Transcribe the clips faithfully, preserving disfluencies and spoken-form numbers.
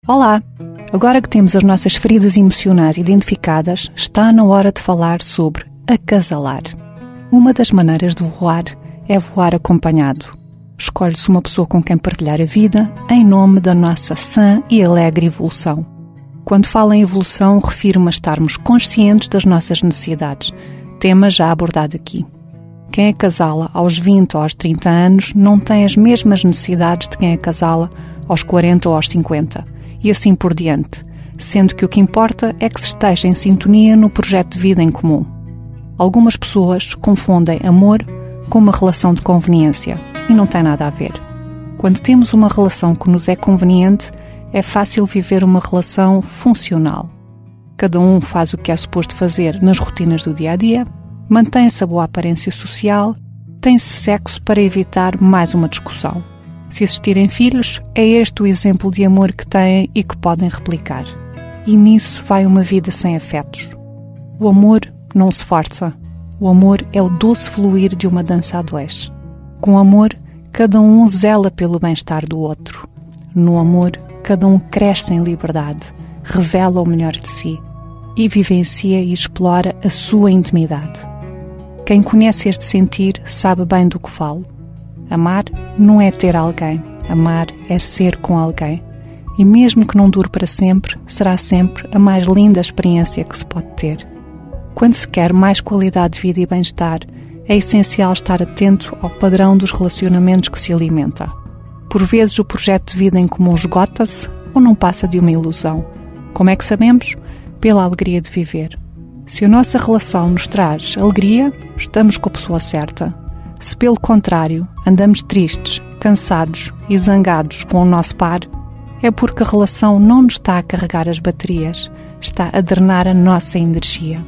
Olá! Agora que temos as nossas feridas emocionais identificadas, está na hora de falar sobre acasalar. Uma das maneiras de voar é voar acompanhado. Escolhe-se uma pessoa com quem partilhar a vida em nome da nossa sã e alegre evolução. Quando falo em evolução, refiro-me a estarmos conscientes das nossas necessidades, tema já abordado aqui. Quem acasala aos vinte ou aos trinta anos não tem as mesmas necessidades de quem acasala aos quarenta ou aos cinquenta, e assim por diante, sendo que o que importa é que se esteja em sintonia no projeto de vida em comum. Algumas pessoas confundem amor com uma relação de conveniência, e não tem nada a ver. Quando temos uma relação que nos é conveniente, é fácil viver uma relação funcional. Cada um faz o que é suposto fazer nas rotinas do dia-a-dia, mantém-se a boa aparência social, tem-se sexo para evitar mais uma discussão. Se existirem filhos, é este o exemplo de amor que têm e que podem replicar. E nisso vai uma vida sem afetos. O amor não se força. O amor é o doce fluir de uma dança a dois. Com amor, cada um zela pelo bem-estar do outro. No amor, cada um cresce em liberdade, revela o melhor de si e vivencia e explora a sua intimidade. Quem conhece este sentir sabe bem do que falo. Amar não é ter alguém, amar é ser com alguém. E mesmo que não dure para sempre, será sempre a mais linda experiência que se pode ter. Quando se quer mais qualidade de vida e bem-estar, é essencial estar atento ao padrão dos relacionamentos que se alimenta. Por vezes o projeto de vida em comum esgota-se ou não passa de uma ilusão. Como é que sabemos? Pela alegria de viver. Se a nossa relação nos traz alegria, estamos com a pessoa certa. Se, pelo contrário, andamos tristes, cansados e zangados com o nosso par, é porque a relação não nos está a carregar as baterias, está a drenar a nossa energia.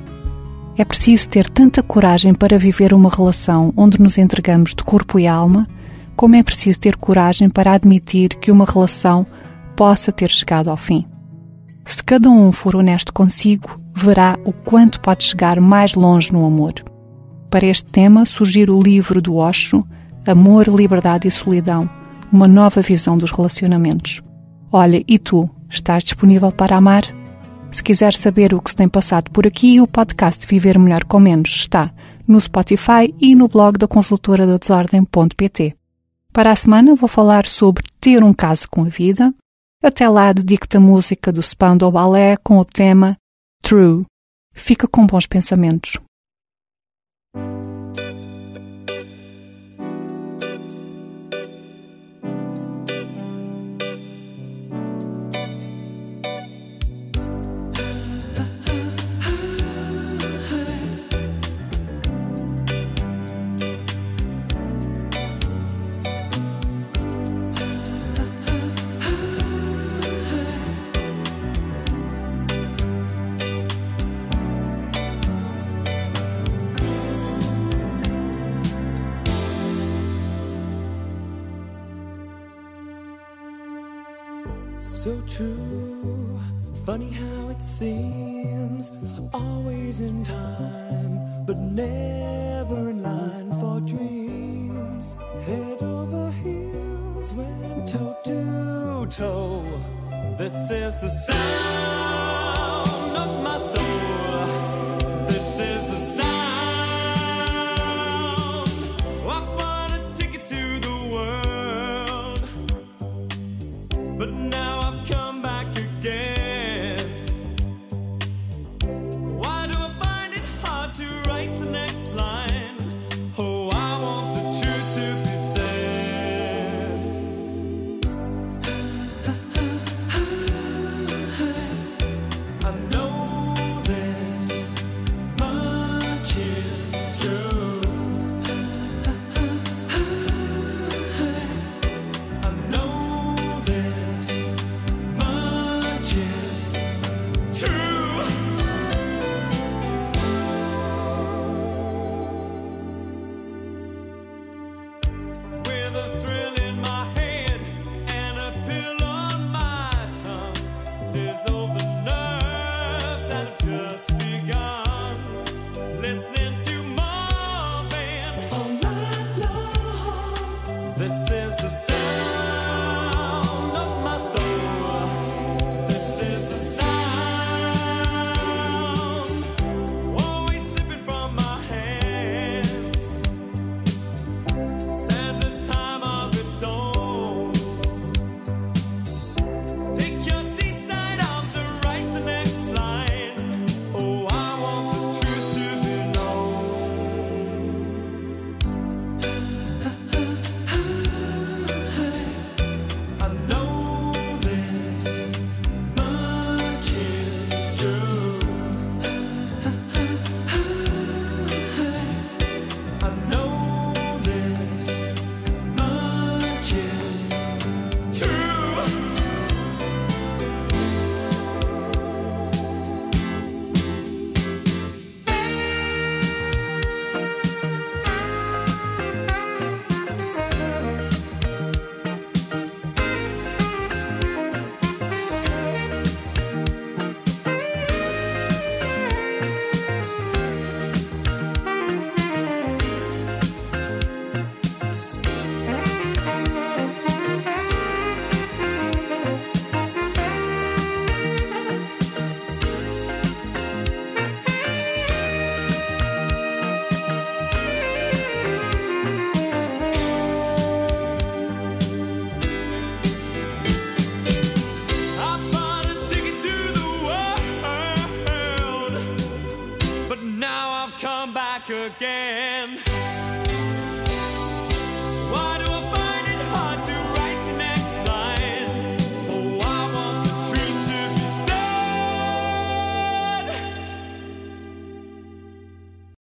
É preciso ter tanta coragem para viver uma relação onde nos entregamos de corpo e alma, como é preciso ter coragem para admitir que uma relação possa ter chegado ao fim. Se cada um for honesto consigo, verá o quanto pode chegar mais longe no amor. Para este tema, sugiro o livro do Osho, Amor, Liberdade e Solidão, uma nova visão dos relacionamentos. Olha, e tu, estás disponível para amar? Se quiser saber o que se tem passado por aqui, o podcast Viver Melhor com Menos está no Spotify e no blog da consultora da desordem ponto pt. Para a semana vou falar sobre ter um caso com a vida. Até lá dedico-te a música do Spandau Ballet com o tema True. Fica com bons pensamentos. So true, funny how it seems, always in time, but never in line for dreams. Head over heels, went toe to toe. This is the sound.